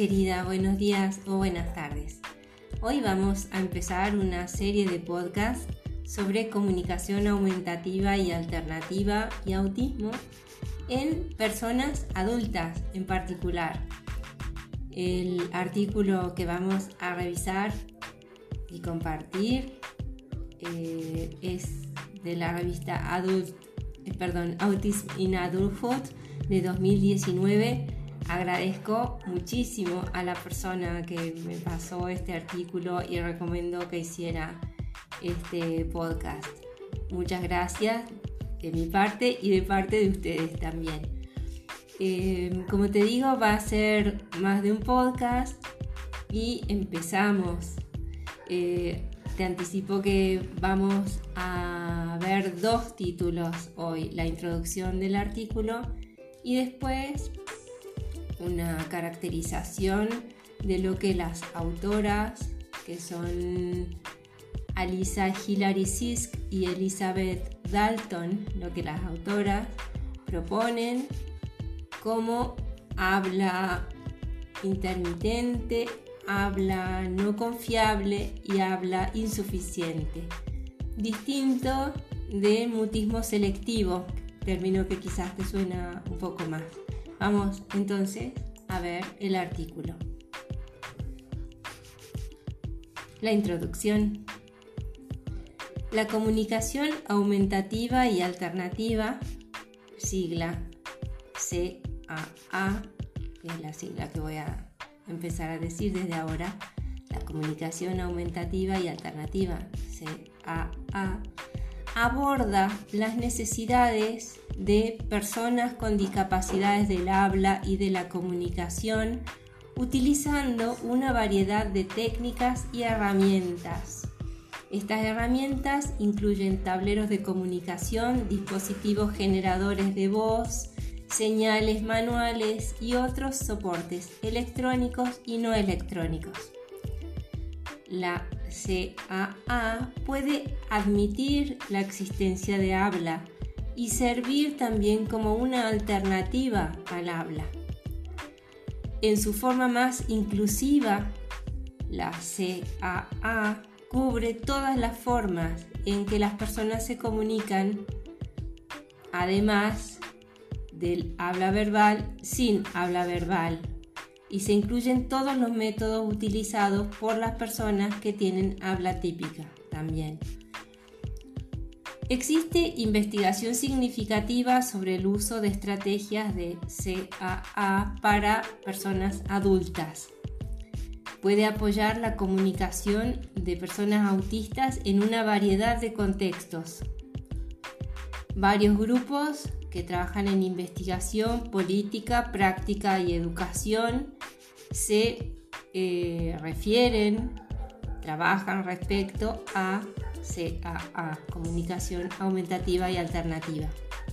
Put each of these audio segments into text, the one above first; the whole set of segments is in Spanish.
querida, buenos días o buenas tardes. Hoy vamos a empezar una serie de podcasts sobre comunicación aumentativa y alternativa y autismo en personas adultas en particular. El artículo que vamos a revisar y compartir es de la revista Autism in Adulthood de 2019. Agradezco muchísimo a la persona que me pasó este artículo y recomendó que hiciera este podcast. Muchas gracias de mi parte y de parte de ustedes también. Como te digo, va a ser más de un podcast y empezamos. Te anticipo que vamos a ver dos títulos hoy: la introducción del artículo y después una caracterización de lo que las autoras, que son Alisa Hilary Sisk y Elizabeth Dalton, lo que las autoras proponen como habla intermitente, habla no confiable y habla insuficiente, distinto de mutismo selectivo, término que quizás te suena un poco más. Vamos entonces a ver el artículo. La introducción. La comunicación aumentativa y alternativa, sigla CAA, que es la sigla que voy a empezar a decir desde ahora. La comunicación aumentativa y alternativa, CAA, aborda las necesidades de personas con discapacidades del habla y de la comunicación utilizando una variedad de técnicas y herramientas. Estas herramientas incluyen tableros de comunicación, dispositivos generadores de voz, señales manuales y otros soportes electrónicos y no electrónicos. La CAA puede admitir la existencia de habla y servir también como una alternativa al habla. En su forma más inclusiva, la CAA cubre todas las formas en que las personas se comunican, además del habla verbal sin habla verbal, y se incluyen todos los métodos utilizados por las personas que tienen habla típica también. Existe investigación significativa sobre el uso de estrategias de CAA para personas adultas. Puede apoyar la comunicación de personas autistas en una variedad de contextos. Varios grupos que trabajan en investigación, política, práctica y educación se trabajan respecto a CAA, comunicación aumentativa y alternativa.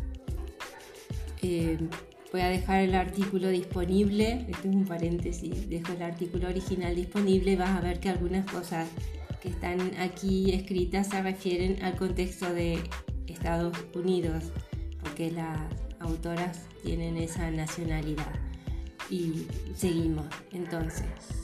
Voy a dejar el artículo disponible, este es un paréntesis, dejo el artículo original disponible. Vas a ver que algunas cosas que están aquí escritas se refieren al contexto de Estados Unidos, porque las autoras tienen esa nacionalidad. Y seguimos, entonces.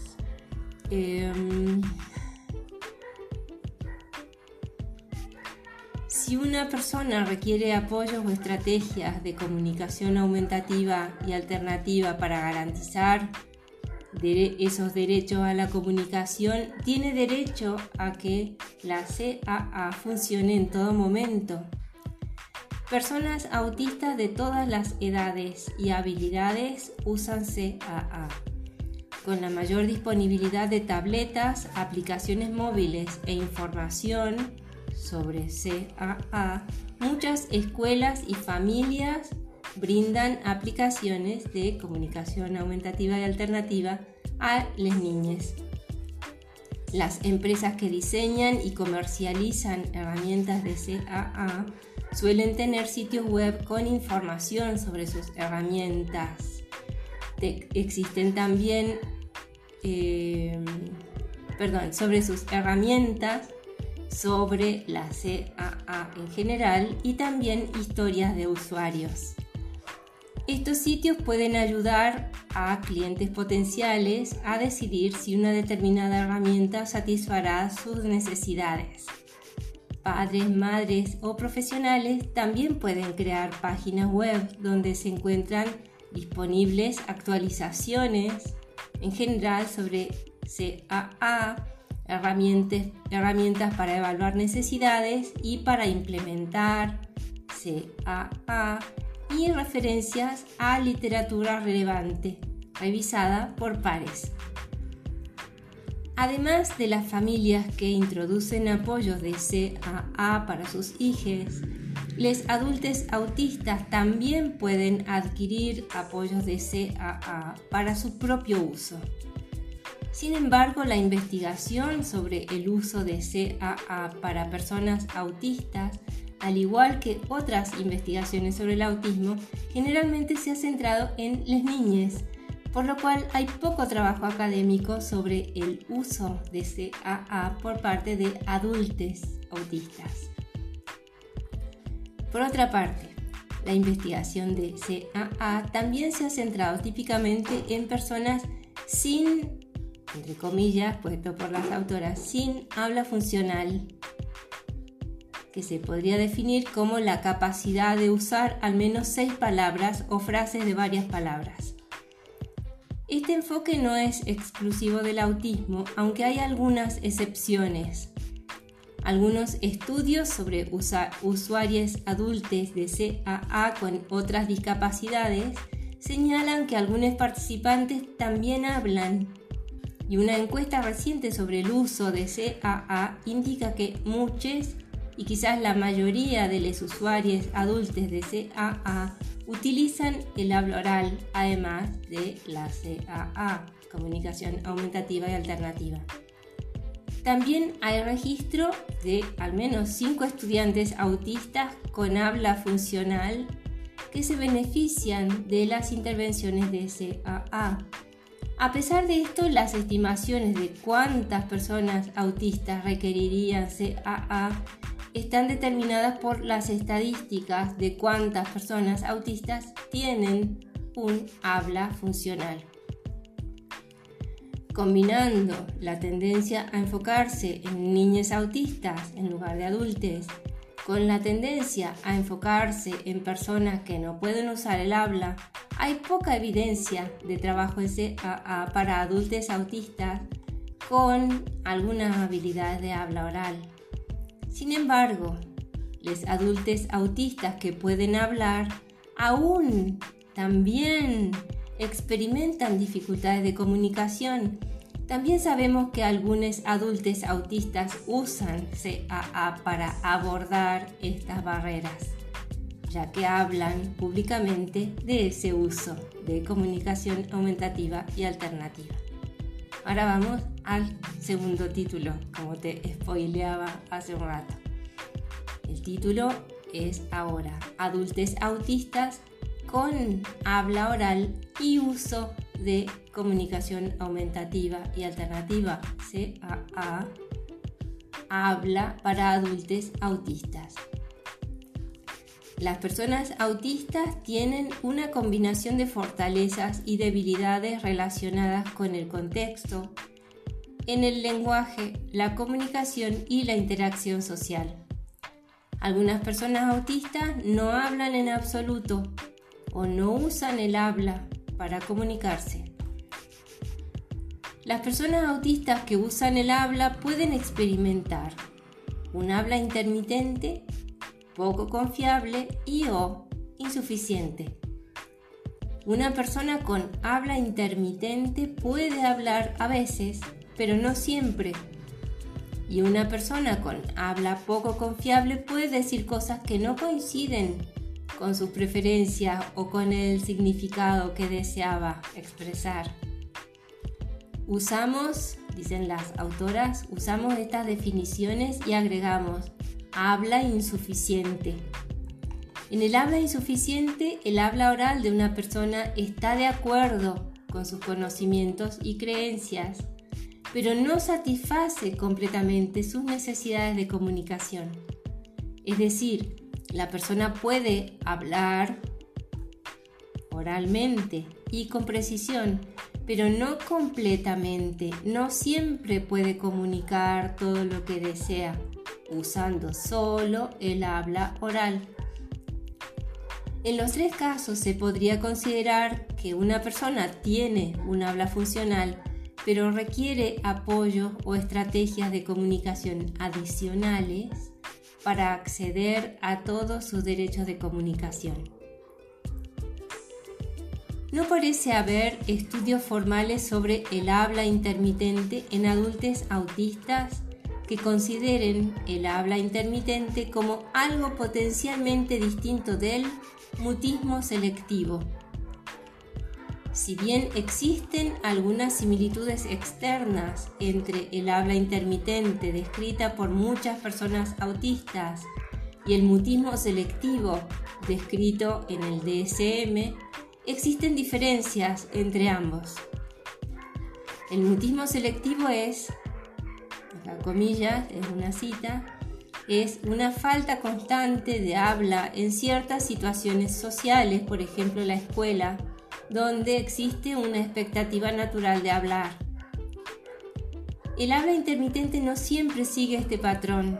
Si una persona requiere apoyos o estrategias de comunicación aumentativa y alternativa para garantizar esos derechos a la comunicación, tiene derecho a que la CAA funcione en todo momento. Personas autistas de todas las edades y habilidades usan CAA. Con la mayor disponibilidad de tabletas, aplicaciones móviles e información sobre CAA, muchas escuelas y familias brindan aplicaciones de comunicación aumentativa y alternativa a las niñas. Las empresas que diseñan y comercializan herramientas de CAA suelen tener sitios web con información sobre sus herramientas. Existen también sobre sus herramientas, sobre la CAA en general y también historias de usuarios. Estos sitios pueden ayudar a clientes potenciales a decidir si una determinada herramienta satisfará sus necesidades. Padres, madres o profesionales también pueden crear páginas web donde se encuentran disponibles actualizaciones en general sobre CAA, herramientas para evaluar necesidades y para implementar CAA y referencias a literatura relevante, revisada por pares. Además de las familias que introducen apoyos de CAA para sus hijos, los adultos autistas también pueden adquirir apoyos de CAA para su propio uso. Sin embargo, la investigación sobre el uso de CAA para personas autistas, al igual que otras investigaciones sobre el autismo, generalmente se ha centrado en las niñas, por lo cual hay poco trabajo académico sobre el uso de CAA por parte de adultos autistas. Por otra parte, la investigación de CAA también se ha centrado típicamente en personas sin, entre comillas, puesto por las autoras, sin habla funcional, que se podría definir como la capacidad de usar al menos 6 palabras o frases de varias palabras. Este enfoque no es exclusivo del autismo, aunque hay algunas excepciones. Algunos estudios sobre usuarios adultos de CAA con otras discapacidades señalan que algunos participantes también hablan, y una encuesta reciente sobre el uso de CAA indica que muchos y quizás la mayoría de los usuarios adultos de CAA utilizan el habla oral, además de la CAA, comunicación aumentativa y alternativa. También hay registro de al menos 5 estudiantes autistas con habla funcional que se benefician de las intervenciones de CAA. A pesar de esto, las estimaciones de cuántas personas autistas requerirían CAA están determinadas por las estadísticas de cuántas personas autistas tienen un habla funcional. Combinando la tendencia a enfocarse en niños autistas en lugar de adultos, con la tendencia a enfocarse en personas que no pueden usar el habla, hay poca evidencia de trabajo de CAA para adultos autistas con algunas habilidades de habla oral. Sin embargo, los adultos autistas que pueden hablar aún también experimentan dificultades de comunicación. También sabemos que algunos adultos autistas usan CAA para abordar estas barreras, ya que hablan públicamente de ese uso de comunicación aumentativa y alternativa. Ahora vamos al segundo título, como te spoileaba hace un rato. El título es ahora Adultos autistas con habla oral y uso de comunicación aumentativa y alternativa, CAA, habla para adultos autistas. Las personas autistas tienen una combinación de fortalezas y debilidades relacionadas con el contexto, en el lenguaje, la comunicación y la interacción social. Algunas personas autistas no hablan en absoluto o no usan el habla para comunicarse. Las personas autistas que usan el habla pueden experimentar un habla intermitente, poco confiable o insuficiente. Una persona con habla intermitente puede hablar a veces, pero no siempre. Y una persona con habla poco confiable puede decir cosas que no coinciden con sus preferencias o con el significado que deseaba expresar. Dicen las autoras, usamos estas definiciones y agregamos habla insuficiente. En el habla insuficiente, el habla oral de una persona está de acuerdo con sus conocimientos y creencias, pero no satisface completamente sus necesidades de comunicación. Es decir, la persona puede hablar oralmente y con precisión, pero no completamente. No siempre puede comunicar todo lo que desea, usando solo el habla oral. En los 3 casos se podría considerar que una persona tiene un habla funcional, pero requiere apoyo o estrategias de comunicación adicionales para acceder a todos sus derechos de comunicación. No parece haber estudios formales sobre el habla intermitente en adultos autistas que consideren el habla intermitente como algo potencialmente distinto del mutismo selectivo. Si bien existen algunas similitudes externas entre el habla intermitente descrita por muchas personas autistas y el mutismo selectivo descrito en el DSM, existen diferencias entre ambos. El mutismo selectivo es, entre comillas, es una cita, es una falta constante de habla en ciertas situaciones sociales, por ejemplo la escuela, donde existe una expectativa natural de hablar. El habla intermitente no siempre sigue este patrón.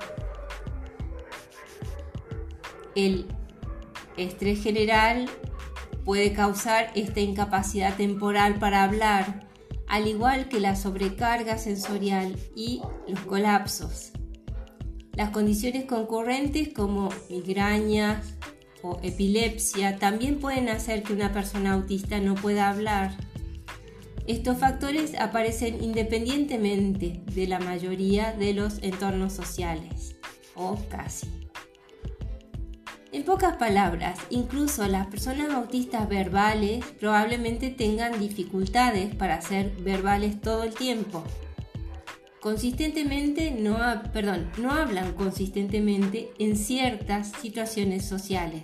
El estrés general puede causar esta incapacidad temporal para hablar, al igual que la sobrecarga sensorial y los colapsos. Las condiciones concurrentes como migrañas o epilepsia también pueden hacer que una persona autista no pueda hablar. Estos factores aparecen independientemente de la mayoría de los entornos sociales, o casi. En pocas palabras, incluso las personas autistas verbales probablemente tengan dificultades para ser verbales todo el tiempo. No hablan consistentemente en ciertas situaciones sociales.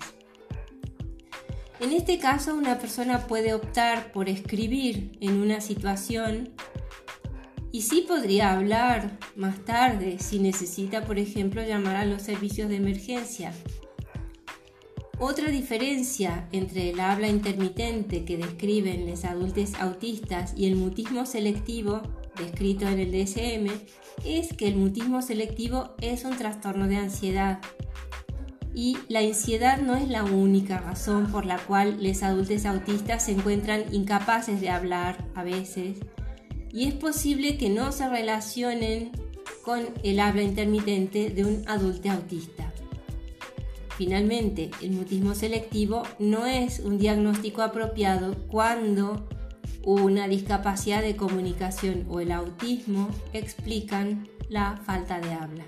En este caso, una persona puede optar por escribir en una situación y sí podría hablar más tarde si necesita, por ejemplo, llamar a los servicios de emergencia. Otra diferencia entre el habla intermitente que describen los adultos autistas y el mutismo selectivo descrito en el DSM es que el mutismo selectivo es un trastorno de ansiedad y la ansiedad no es la única razón por la cual los adultos autistas se encuentran incapaces de hablar a veces, y es posible que no se relacionen con el habla intermitente de un adulto autista. Finalmente, el mutismo selectivo no es un diagnóstico apropiado cuando una discapacidad de comunicación o el autismo explican la falta de habla.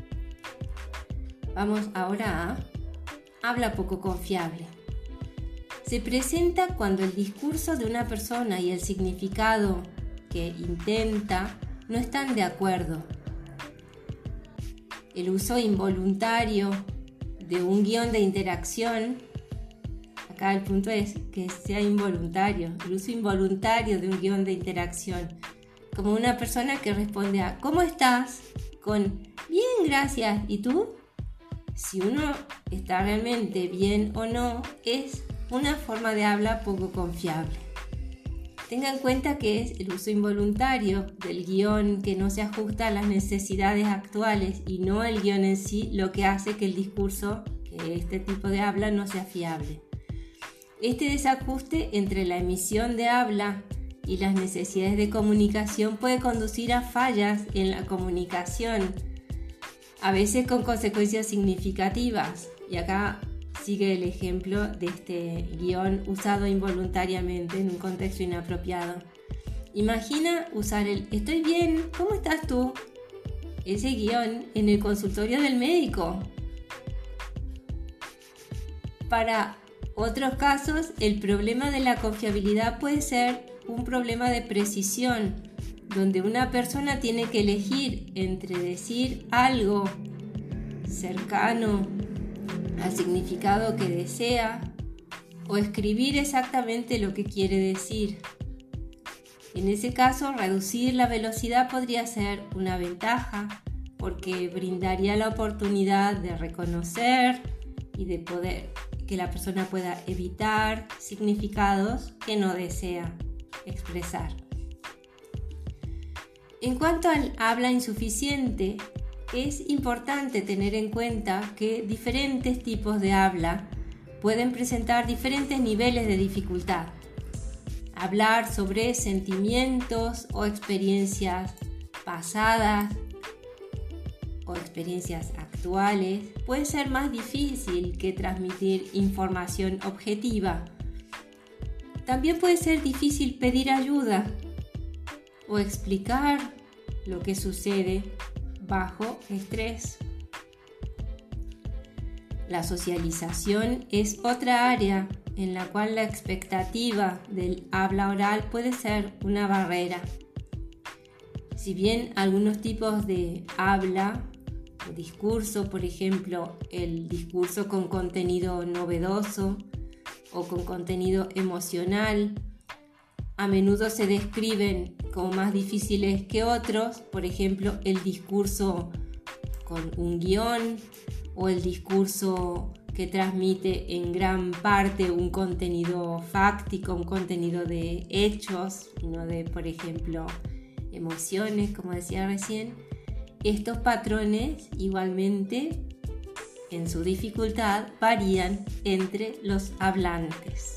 Vamos ahora a habla poco confiable. Se presenta cuando el discurso de una persona y el significado que intenta no están de acuerdo. El uso involuntario de un guión de interacción, acá el punto es que sea involuntario, el uso involuntario de un guión de interacción, como una persona que responde a ¿cómo estás? Con bien, gracias, ¿y tú? Si uno está realmente bien o no, es una forma de habla poco confiable. Tenga en cuenta que es el uso involuntario del guión que no se ajusta a las necesidades actuales y no el guión en sí lo que hace que el discurso, que este tipo de habla, no sea fiable. Este desajuste entre la emisión de habla y las necesidades de comunicación puede conducir a fallas en la comunicación, a veces con consecuencias significativas. Y acá sigue el ejemplo de este guión usado involuntariamente en un contexto inapropiado. Imagina usar el «Estoy bien, ¿cómo estás tú?», ese guión en el consultorio del médico. Para otros casos, el problema de la confiabilidad puede ser un problema de precisión, donde una persona tiene que elegir entre decir algo cercano al significado que desea o escribir exactamente lo que quiere decir. En ese caso, reducir la velocidad podría ser una ventaja porque brindaría la oportunidad de reconocer y de poder que la persona pueda evitar significados que no desea expresar. En cuanto al habla insuficiente, es importante tener en cuenta que diferentes tipos de habla pueden presentar diferentes niveles de dificultad. Hablar sobre sentimientos o experiencias pasadas o experiencias actuales puede ser más difícil que transmitir información objetiva. También puede ser difícil pedir ayuda o explicar lo que sucede bajo estrés. La socialización es otra área en la cual la expectativa del habla oral puede ser una barrera. Si bien algunos tipos de habla o discurso, por ejemplo, el discurso con contenido novedoso o con contenido emocional, a menudo se describen como más difíciles que otros, por ejemplo, el discurso con un guión o el discurso que transmite en gran parte un contenido fáctico, un contenido de hechos, no de, por ejemplo, emociones, como decía recién. Estos patrones igualmente en su dificultad varían entre los hablantes.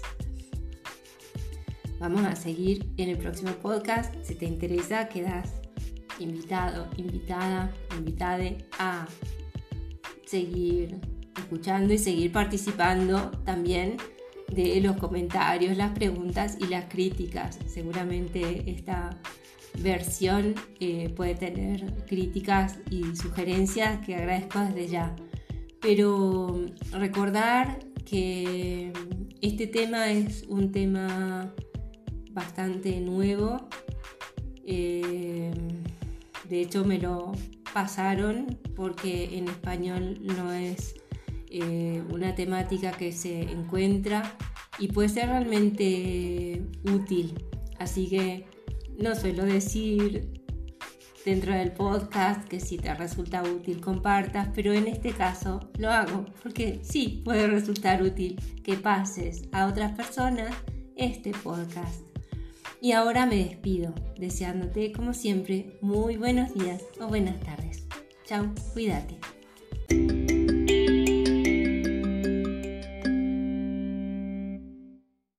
Vamos a seguir en el próximo podcast. Si te interesa, quedas invitado, invitade a seguir escuchando y seguir participando también de los comentarios, las preguntas y las críticas. Seguramente esta versión puede tener críticas y sugerencias que agradezco desde ya. Pero recordar que este tema es un tema bastante nuevo. De hecho me lo pasaron porque en español no es una temática que se encuentra y puede ser realmente útil. Así que no suelo decir dentro del podcast que si te resulta útil compartas, pero en este caso lo hago porque sí puede resultar útil que pases a otras personas este podcast. Y ahora me despido, deseándote como siempre muy buenos días o buenas tardes. Chao, cuídate.